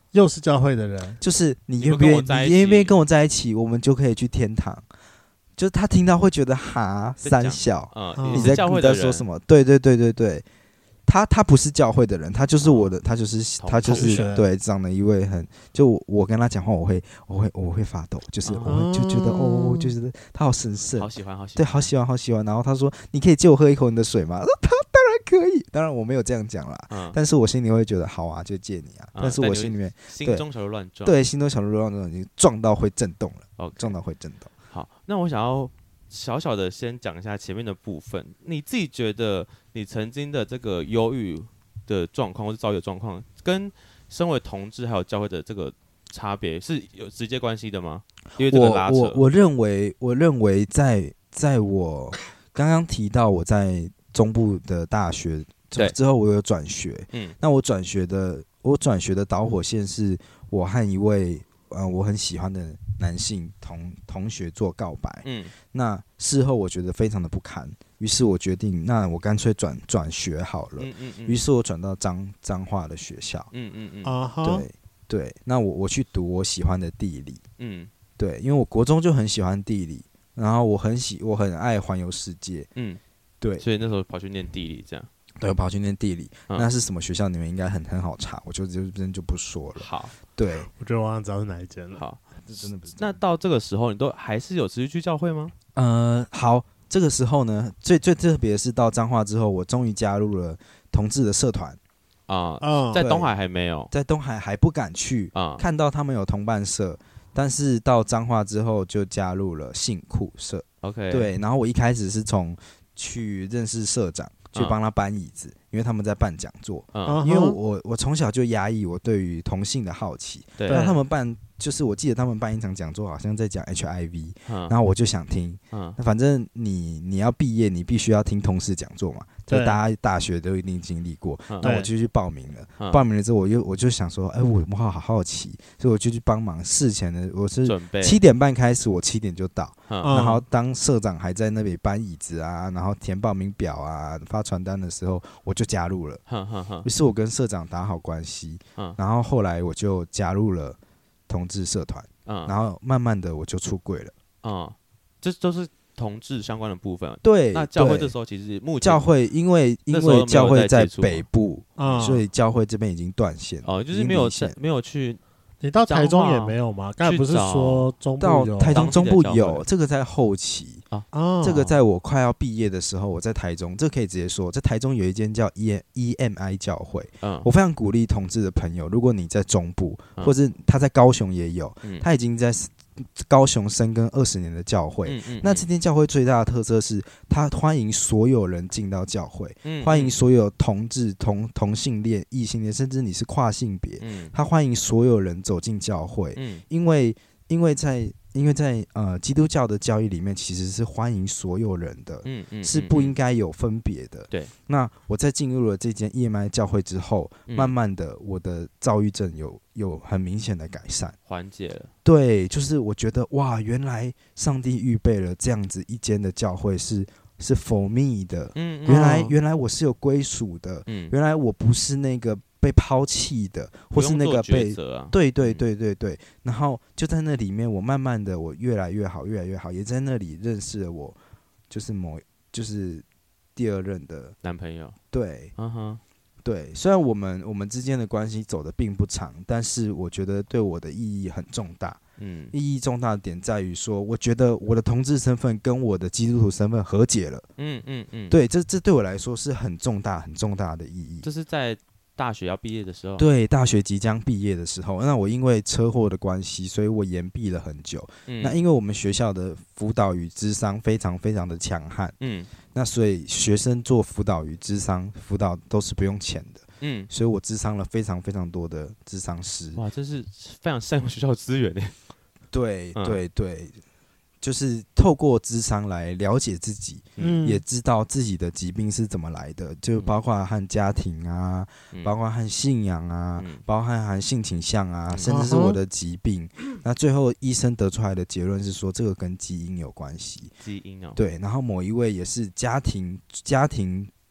又是教会的人， 就是你愿不愿意跟我在一起，我们就可以去天堂。就是他听到会觉得哈三小，你在说什么？对对对对对，他不是教会的人，他就是我的，他就是对这样的一位就我跟他讲话，我会发抖，就是我会就觉得就是他好神圣， 好喜欢， 对，好喜欢。然后他说：“你可以借我喝一口你的水吗？”他当然可以，当然我没有这样讲啦，但是我心里会觉得好啊，就借你啊。但是我心里面心中小鹿乱撞， 对，心中小鹿乱撞，已经撞到会震动了，撞到会震动。 好，那我想要小小的先讲一下前面的部分。你自己觉得你曾经的这个忧郁的状况或是遭遇的状况，跟身为同志还有教会的这个差别是有直接关系的吗？因为这个拉扯， 我认为在我刚刚提到我在中部的大学之后，我有转学。那我转学的导火线是我和一位我很喜欢的男性同学做告白，那事后我觉得非常的不堪，于是我决定，那我干脆转学好了，于是我转到彰化的学校，对，那我去读我喜欢的地理，对，因为我国中就很喜欢地理，然后我很爱环游世界，对， 所以那时候跑去念地理这样。 对，我跑去念地理，那是什么学校？你们应该很好查，我就不说了。 好， 对， 我觉得我好像知道是哪一间了。 好， 这真的不是。 那到这个时候，你都还是有持续去教会吗？ 好，这个时候呢，最特别的是到彰化之后，我终于加入了同志的社团在东海还没有， 在东海还不敢去看到他们有同伴社，但是到彰化之后就加入了性酷社。 OK， 对，然后我一开始是从去认识社长。去帮他搬椅子，因为他们在办讲座。因为我从小就压抑我对于同性的好奇。那他们办，就是我记得他们办一场讲座，好像在讲 HIV，然后我就想听。那反正你要毕业，你必须要听同事讲座嘛，就大家大学都一定经历过。那我就去报名了。报名了之后，我就想说，我好好奇，所以我就去帮忙。事前的我是7点半开始，我7点就到。然后当社长还在那里搬椅子啊，然后填报名表啊，发传单的时候，我就加入了。于是我跟社长打好关系，然后后来我就加入了同志社团，然后慢慢的我就出柜了。 这都是同志相关的部分。 对， 那教会这时候其实目前教会因为教会在北部，所以教会这边已经断线了。 就是没有去。 你到台中也没有吗？刚才不是说中部有？ 到台中中部有，这个在后期这个在我快要毕业的时候，我在台中，这个可以直接说，在台中有一间叫 EMI 教会。我非常鼓励同志的朋友，如果你在中部，或是他在高雄也有，他已经在高雄深耕20年的教会。那这间教会最大的特色是，他欢迎所有人进到教会，欢迎所有同志、同性恋、异性恋，甚至你是跨性别，他欢迎所有人走进教会。因为在基督教的教义里面，其实是欢迎所有人的，是不应该有分别的。 对。 那我在进入了这间 EMI 教会之后，慢慢的我的躁郁症有很明显的改善， 缓解了。 对，就是我觉得哇，原来上帝预备了这样子一间的教会是 for me 的。原来我是有归属的。原来我不是那个被抛弃的，或是那个被对，然后就在那里面，我慢慢的我越来越好，也在那里认识了我就是第2任的男朋友。 对，对，虽然我们之间的关系走得并不长，但是我觉得对我的意义很重大。意义重大的点在于说，我觉得我的同志身份跟我的基督徒身份和解了。对，这对我来说是很重大的意义。 这是在大学要毕业的时候， 对，大学即将毕业的时候，那我因为车祸的关系，所以我延毕了很久。那因为我们学校的辅导与諮商非常非常的强悍，那所以学生做辅导与諮商辅导都是不用钱的。所以我諮商了非常非常多的諮商师。 哇，这是非常善用学校的资源耶。 对，就是透过諮商来了解自己，也知道自己的疾病是怎么来的，就包括和家庭啊，包括和信仰啊，包括和性倾向啊，甚至是我的疾病。那最后医生得出来的结论是说，这个跟基因有关系。 基因哦。 对，然后某一位也是家庭，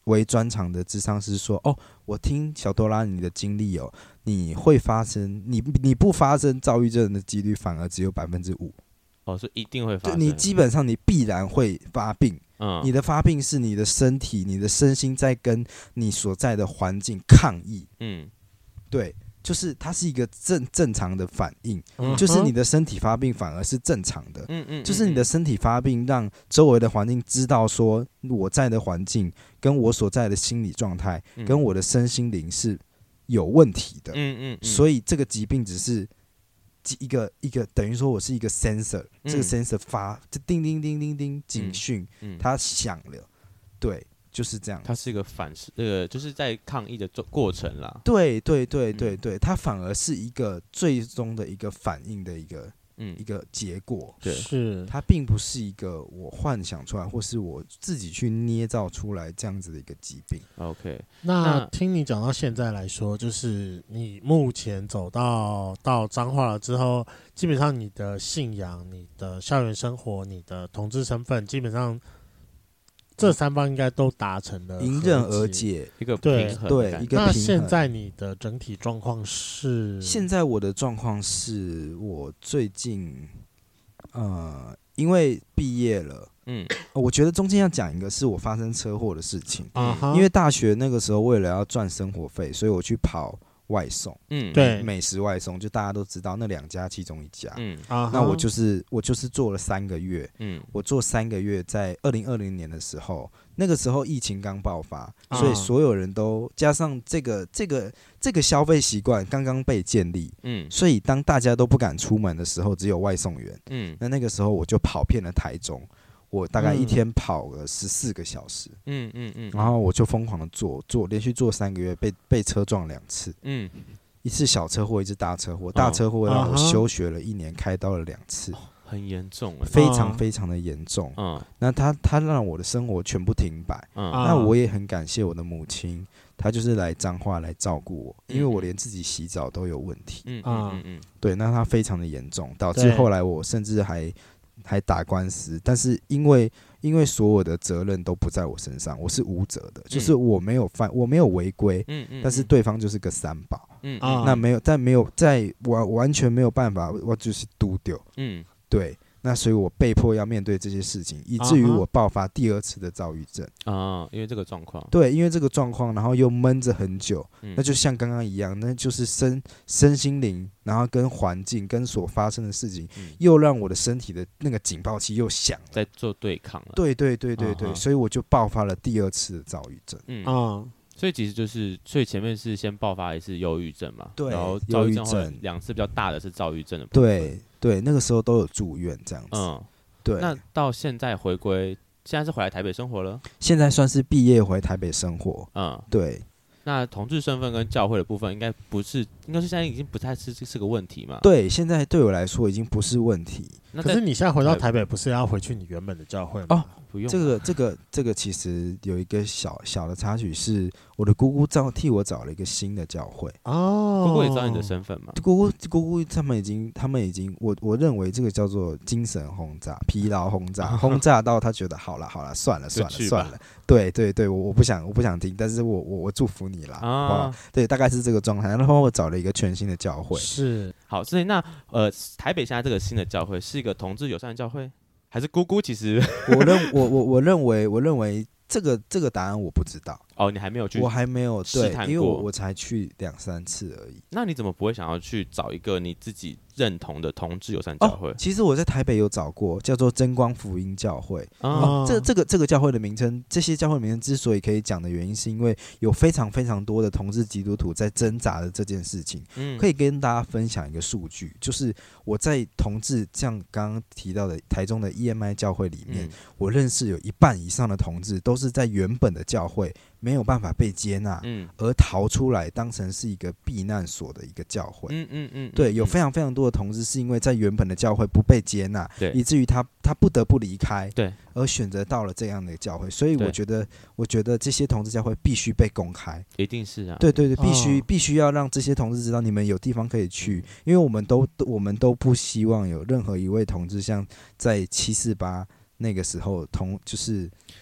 为专长的諮商師說，哦，我聽小多拉你的經歷哦，你會發生，你不發生躁鬱症的幾率反而只有5%。 哦，所以一定會發生。 你基本上你必然會發病。你的發病是你的身體、你的身心在跟你所在的環境抗議。對，就是它是一個正常的反應，就是你的身體發病反而是正常的。就是你的身體發病讓周圍的環境知道說我在的環境跟我所在的心理狀態跟我的身心靈是有問題的。所以這個疾病只是一個等於說我是一個 sensor，這個 sensor 發就叮叮叮叮叮警訊，它響了，對，就是這樣。 它是一個反噬，就是在抗議的過程啦。 對，它反而是一個最終的一個反應的一個結果。 對， 是它並不是一個我幻想出來或是我自己去捏造出來這樣子的一個疾病。 OK， 那聽你講到現在來說，就是你目前走到彰化了之後，基本上你的信仰、你的校園生活、你的同志身份，基本上這三方應該都達成了迎刃而解， 一個平衡。 對，一個平衡。 那現在你的整體狀況是？ 現在我的狀況是我最近因為畢業了，我覺得中間要講一個是我發生車禍的事情。因為大學那個時候為了要賺生活費，所以我去跑外送，對，美食外送，就大家都知道那2家其中一家。那我就是做了3個月，我做3個月，在2020年的時候，那個時候疫情剛爆發，所以所有人都加上這個消費習慣剛剛被建立，所以當大家都不敢出門的時候，只有外送員。那個時候我就跑遍了台中。我大概一天跑了14個小時，然後我就瘋狂的做，連續做3個月，被車撞2次，一次小車禍，一次大車禍，大車禍讓我休學了1年，開刀了2次， 很嚴重， 非常非常的嚴重。那他讓我的生活全部停擺，那我也很感謝我的母親，她就是來彰化來照顧我，因為我連自己洗澡都有問題。對，那他非常的嚴重，導致後來我甚至還打官司，但是因為所有的責任都不在我身上，我是無責的，就是我沒有違規，但是對方就是個三寶，那我完全沒有辦法，我就是丟掉，對，那所以我被迫要面對這些事情，以至於我爆發第2次的躁鬱症因為這個狀況， 對，因為這個狀況，然後又悶着很久，那就像剛剛一樣，那就是身心靈，然後跟環境跟所發生的事情，又讓我的身體的那個警報器又響了， 在做對抗了。 對，所以我就爆發了第2次的躁鬱症。 所以其實就是所以前面是先爆發一次憂鬱症嘛， 對， 然後躁鬱症2次比較大的是躁鬱症的部分。對，那個時候都有住院這樣子。對。 那到現在回歸，現在是回來台北生活了？ 現在算是畢業回台北生活。對。 那同志身份跟教會的部分，應該是現在已經不太是個問題嘛？ 對，現在對我來說已經不是問題。 可是你現在回到台北，不是要回去你原本的教會嗎？ 不用。 這個其實有一個小的插曲，是我的姑姑替我找了一個新的教會。 姑姑也知道你的身份嗎？ 姑姑他們已經，我認為這個叫做精神轟炸、疲勞轟炸，轟炸到他覺得好了，算了。對，我不想聽，但是我祝福你啦。對，大概是這個狀態。然後我找了一個全新的教會。 是。好，所以那台北現在這個新的教會是一個同志友善的教會，還是姑姑其實我認為這個答案我不知道。 你還沒有去？ 我還沒有，對，因為我才去2-3次而已。 那你怎麼不會想要去找一個你自己認同的同志友善教會？ 其實我在台北有找過，叫做真光福音教會。這個教會的名稱，這些教會的名稱之所以可以講的原因，是因為有非常非常多的同志基督徒在掙扎的這件事情。可以跟大家分享一個數據，就是我在同志，像剛剛提到的台中的 EMI 教會裡面，我認識有1半以上的同志都是在原本的教會沒有辦法被接納，而逃出來當成是一個避難所的一個教會。對，有非常非常多的同志是因為在原本的教會不被接納，以至於他不得不離開，而選擇到了這樣的教會。所以我覺得這些同志教會必須被公開， 一定是啊， 對，必須要讓這些同志知道你們有地方可以去，因為我們都不希望有任何一位同志像在748那個時候就是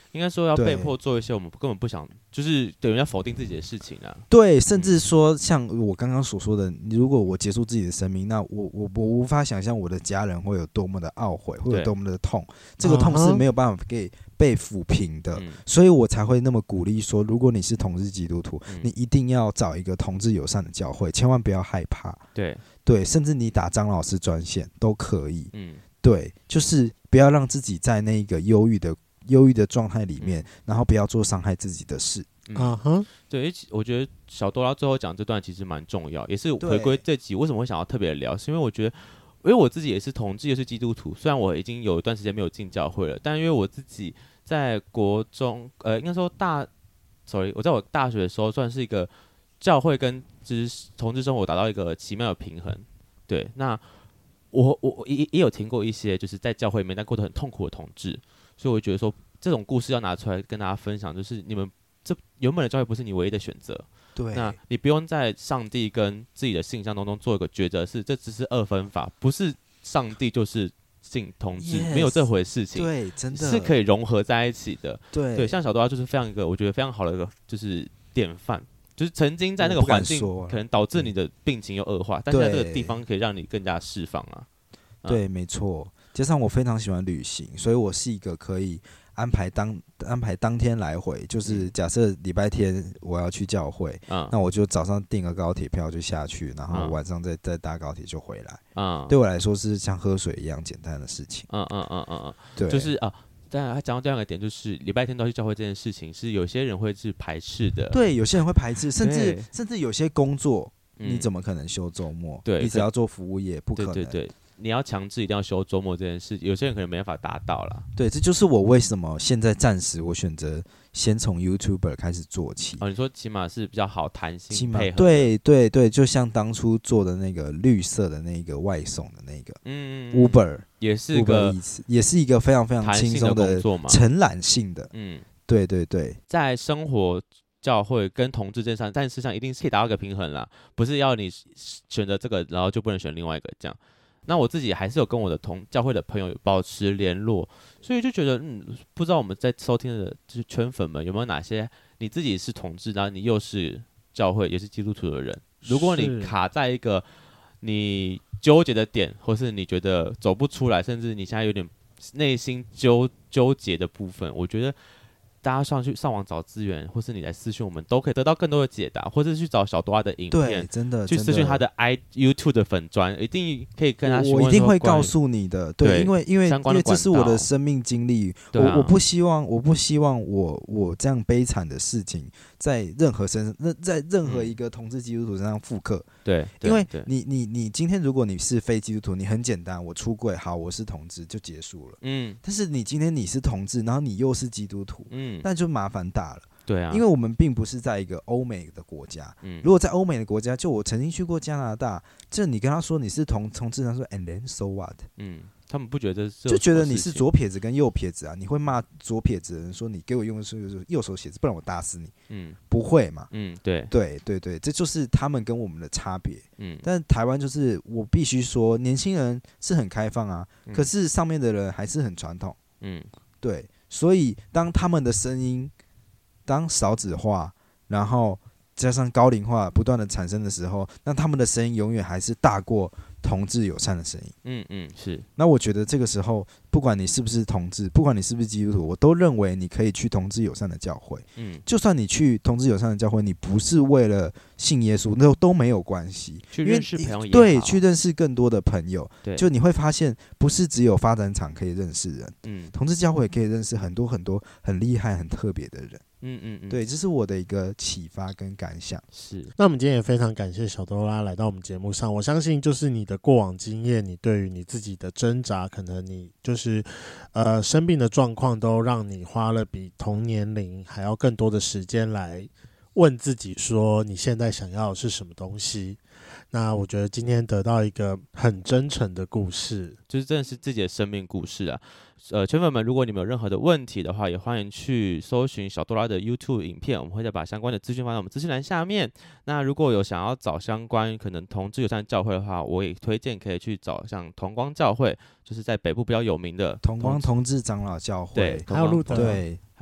应该说要被迫做一些我们根本不想，就是等于要否定自己的事情啊。 对，甚至说像我刚刚所说的，如果我结束自己的生命，那我无法想象我的家人会有多么的懊悔，会有多么的痛，这个痛是没有办法给被抚平的，所以我才会那么鼓励说，如果你是同志基督徒，你一定要找一个同志友善的教会，千万不要害怕。对，甚至你打张老师专线都可以。对，就是不要让自己在那个忧郁的状态里面，然后不要做伤害自己的事。 对，我觉得小多拉最后讲这段其实蛮重要，也是回归这集为什么会想要特别聊，是因为我觉得，因为我自己也是同志，也是基督徒，虽然我已经有一段时间没有进教会了，但因为我自己在国中，应该说我在我大学的时候算是一个教会跟同志生活达到一个奇妙的平衡。对，那我也有听过一些就是在教会里面但过得很痛苦的同志，所以我觉得说这种故事要拿出来跟大家分享，就是你们这原本的教会不是你唯一的选择， 对， 那你不用在上帝跟自己的性向当中做一个抉择，这只是二分法，不是上帝就是性同志，没有这回事情， 对，真的是可以融合在一起的， 对， 像小多拉就是非常一个我觉得非常好的一个就是典范。就是曾经在那个环境可能导致你的病情又恶化，但是在这个地方可以让你更加释放啊。 对，没错。加上我非常喜欢旅行，所以我是一个可以安排当天来回。就是假设礼拜天我要去教会，那我就早上订个高铁票就下去，然后晚上再搭高铁就回来。对我来说是像喝水一样简单的事情。对， 就是啊。当然，他讲到第二个点，就是礼拜天都要去教会这件事情，是有些人会是排斥的。 对，有些人会排斥，甚至有些工作，你怎么可能休周末？ 对， 你只要做服务业，不可能。 对，你要强制一定要休周末这件事，有些人可能没办法达到啦。 对，这就是我为什么现在暂时我选择先从 YouTuber 开始做起。 你说起码是比较好弹性配合。 对，就像当初做的那个绿色的那个外送的那个，Uber 也是一个非常非常轻松的工作嘛， 承揽性的。对， 在生活。教会跟同志这上，但事实上一定是可以达到一个平衡啦，不是要你选择这个，然后就不能选另外一个这样。那我自己还是有跟我的教会的朋友保持联络，所以就觉得，不知道我们在收听的就是圈粉们有没有哪些你自己是同志，然后你又是教会也是基督徒的人，如果你卡在一个你纠结的点，或是你觉得走不出来，甚至你现在有点内心纠结的部分，我觉得。大家上网找资源，或是你来私讯我们，都可以得到更多的解答，或者是去找小多拉的影片， 对，真的去私讯他的 YouTube 的粉专，一定可以跟他询问。 我一定会告诉你的，对，因为这是我的生命经历，我不希望我这样悲惨的事情在任何一个同志基督徒身上复刻。 对， 因为你今天如果你是非基督徒，你很简单，我出柜，好，我是同志就结束了。但是你今天你是同志，然后你又是基督徒，那就麻烦大了。 对啊， 因为我们并不是在一个欧美的国家。如果在欧美的国家，就我曾经去过加拿大，就你跟他说你是同志，他说 and then so what？ 他们不觉得就觉得你是左撇子跟右撇子啊，你会骂左撇子的人说你给我用的是右手写字，不然我打死你。不会嘛。 对， 这就是他们跟我们的差别。但是台湾就是我必须说，年轻人是很开放啊，可是上面的人还是很传统。对，所以当他们的声音当少子化，然后加上高龄化不断的产生的时候，那他们的声音永远还是大过同志友善的声音。 是。 那我觉得这个时候，不管你是不是同志，不管你是不是基督徒，我都认为你可以去同志友善的教会。就算你去同志友善的教会，你不是为了信耶稣，那都没有关系。 去认识朋友也好， 对，去认识更多的朋友。 对， 就你会发现，不是只有发展场可以认识人，同志教会也可以认识很多很多很厉害、很特别的人。对，这是我的一个启发跟感想。 是， 那我们今天也非常感谢小多拉来到我们节目上。我相信就是你的过往经验，你对于你自己的挣扎，可能你就是生病的状况，都让你花了比同年龄还要更多的时间来问自己说你现在想要的是什么东西。那我觉得今天得到一个很真诚的故事， 就是真的是自己的生命故事啊。圈粉们，如果你们有任何的问题的话，也欢迎去搜寻小多拉的 YouTube 影片，我们会再把相关的资讯放在我们资讯栏下面。那如果有想要找相关可能同志友善教会的话，我也推荐可以去找像同光教会，就是在北部比较有名的同光同志长老教会， 对，还有路德， 对，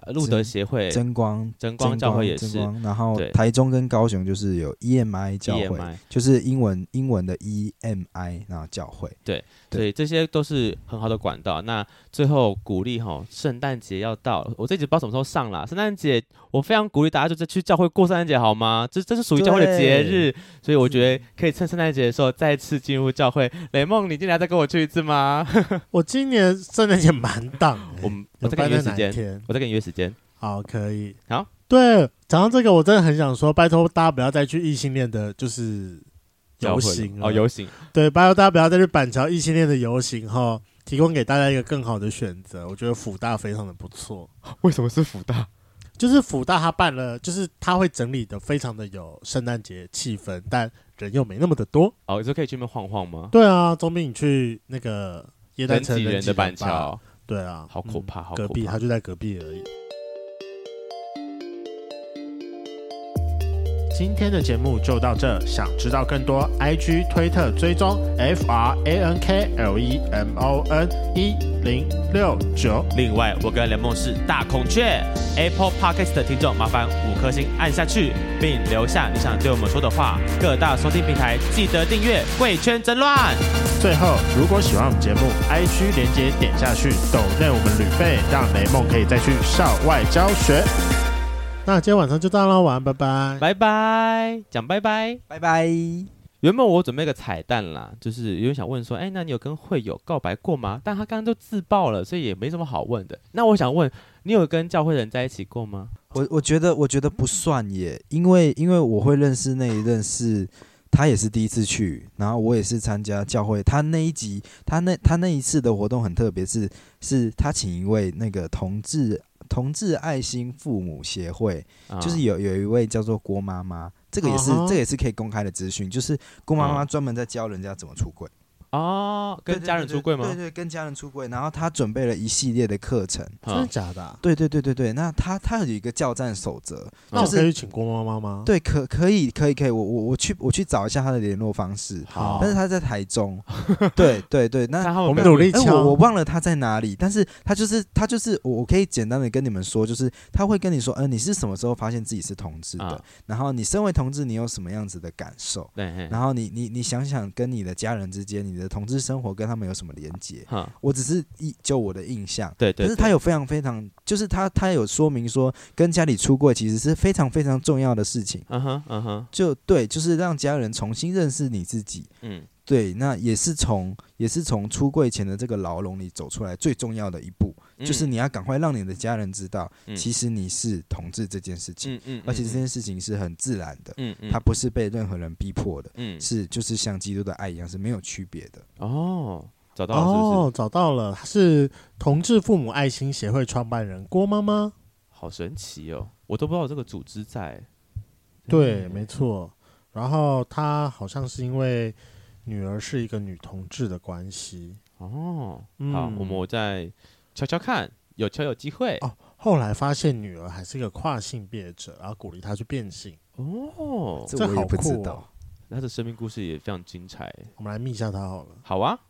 路德协会、 真光教会也是， 然后台中跟高雄就是有 EMI 教会，就是英文的 EMI 然后教会， 对，所以这些都是很好的管道。那最后鼓励圣诞节要到了，我这集不知道什么时候上啦，圣诞节我非常鼓励大家就去教会过圣诞节好吗？这是属于教会的节日，所以我觉得可以趁圣诞节的时候再次进入教会。雷梦，你今年再跟我去一次吗？ 我今年圣诞节满档， 我再跟你约时间，我再跟你约时间。 好，可以。 好， 对，讲到这个，我真的很想说，拜托大家不要再去异性恋的，就是游行了。 游行。对， 拜托大家不要再去板桥异性恋的游行哈，提供给大家一个更好的选择。我觉得辅大非常的不错。 为什么是辅大？ 就是辅大他办了，就是他会整理的非常的有圣诞节气氛，但人又没那么的多。 你说可以去那边晃晃吗？ 对啊，总比你去那个耶诞城人挤人的板桥。 对啊， 好可怕，好可怕。 隔壁，他就在隔壁而已。今天的节目就到这，想知道更多 IG 推特追踪 FRANKLEMON1069。 另外我跟雷梦是大孔雀 Apple Podcast 的听众，麻烦5颗星按下去，并留下你想对我们说的话。各大收听平台记得订阅贵圈争乱。 最后，如果喜欢我们节目 IG 连结点下去，抖内我们旅费，让雷梦可以再去校外教学。那今天晚上就到了，晚安，拜拜， 拜拜，讲拜拜， 拜拜。 原本我准备个彩蛋啦，就是有人想问说，那你有跟会友告白过吗？但他刚刚就自爆了，所以也没什么好问的。那我想问，你有跟教会的人在一起过吗？ 我觉得不算耶，因为我会认识那一任是。他也是第一次去，然后我也是参加教会。他那一集，他那一次的活动很特别，是他请一位那个同志爱心父母协会，就是有一位叫做郭妈妈，这个也是可以公开的资讯，就是郭妈妈专门在教人家怎么出柜。 跟家人出柜吗？ 对，跟家人出柜，然后他准备了一系列的课程。 真的假的啊？ 对，那他有一个教战守则， 那我可以请郭妈妈吗？ 对，可以，我去找一下他的联络方式。好，但是他在台中。对，那我们努力敲。 我忘了他在哪里，但是他就是我可以简单的跟你们说，就是他会跟你说，你是什么时候发现自己是同志的？然后你身为同志，你有什么样子的感受？然后你想想跟你的家人之间，你的同志生活跟他们有什么连结？我只是就我的印象， 对， 可是他有非常非常，就是他有说明说，跟家里出柜其实是非常非常重要的事情。就对，就是让家人重新认识你自己。对，那也是从出柜前的这个牢笼里走出来最重要的一步，就是你要赶快让你的家人知道，其实你是同志这件事情，而且这件事情是很自然的，它不是被任何人逼迫的，就是像基督的爱一样是没有区别的。 找到了是不是？ 找到了，他是同志父母爱心协会创办人郭妈妈， 好神奇哦，我都不知道有这个组织在。 对，没错。然后他好像是因为女儿是一个女同志的关系。 好，我再瞧瞧看，有机会。 后来发现女儿还是一个跨性别者，然后鼓励她去变性。 这我也不知道。 他的生命故事也非常精彩， 我们来密一下他好了。 好啊。